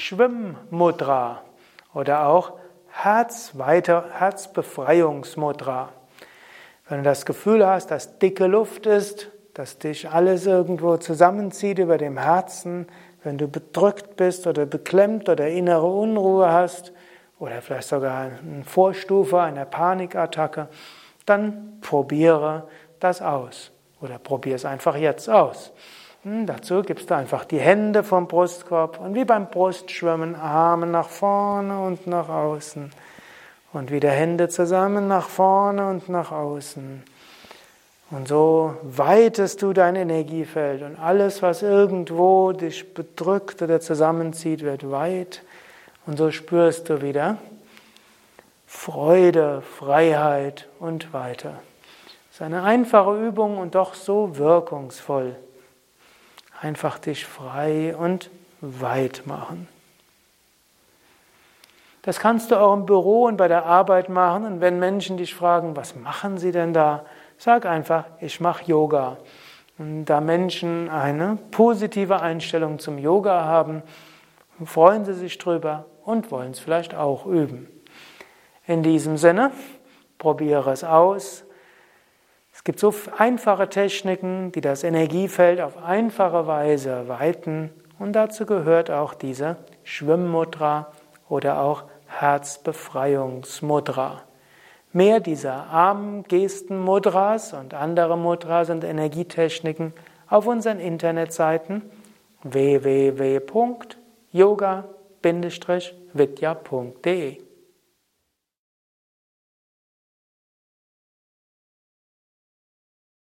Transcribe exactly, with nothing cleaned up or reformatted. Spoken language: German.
Schwimmmudra oder auch Herzweiter, Herzbefreiungsmudra. Wenn du das Gefühl hast, dass dicke Luft ist, dass dich alles irgendwo zusammenzieht über dem Herzen, wenn du bedrückt bist oder beklemmt oder innere Unruhe hast oder vielleicht sogar eine Vorstufe einer Panikattacke, dann probiere das aus oder probiere es einfach jetzt aus. Hm, dazu gibst du einfach die Hände vom Brustkorb und wie beim Brustschwimmen Arme nach vorne und nach außen und wieder Hände zusammen nach vorne und nach außen. Und so weitest du dein Energiefeld und alles, was irgendwo dich bedrückt oder zusammenzieht, wird weit. Und so spürst du wieder Freude, Freiheit und weiter. Es ist eine einfache Übung und doch so wirkungsvoll. Einfach dich frei und weit machen. Das kannst du auch im Büro und bei der Arbeit machen. Und wenn Menschen dich fragen, was machen sie denn da? Sag einfach, ich mache Yoga. Und da Menschen eine positive Einstellung zum Yoga haben, freuen sie sich drüber und wollen es vielleicht auch üben. In diesem Sinne, probiere es aus. Es gibt so einfache Techniken, die das Energiefeld auf einfache Weise weiten. Und dazu gehört auch diese Schwimmmudra oder auch Herzbefreiungsmudra. Mehr dieser Armgesten-Mudras und andere Mudras und Energietechniken auf unseren Internetseiten w w w punkt yoga Bindestrich vidya punkt de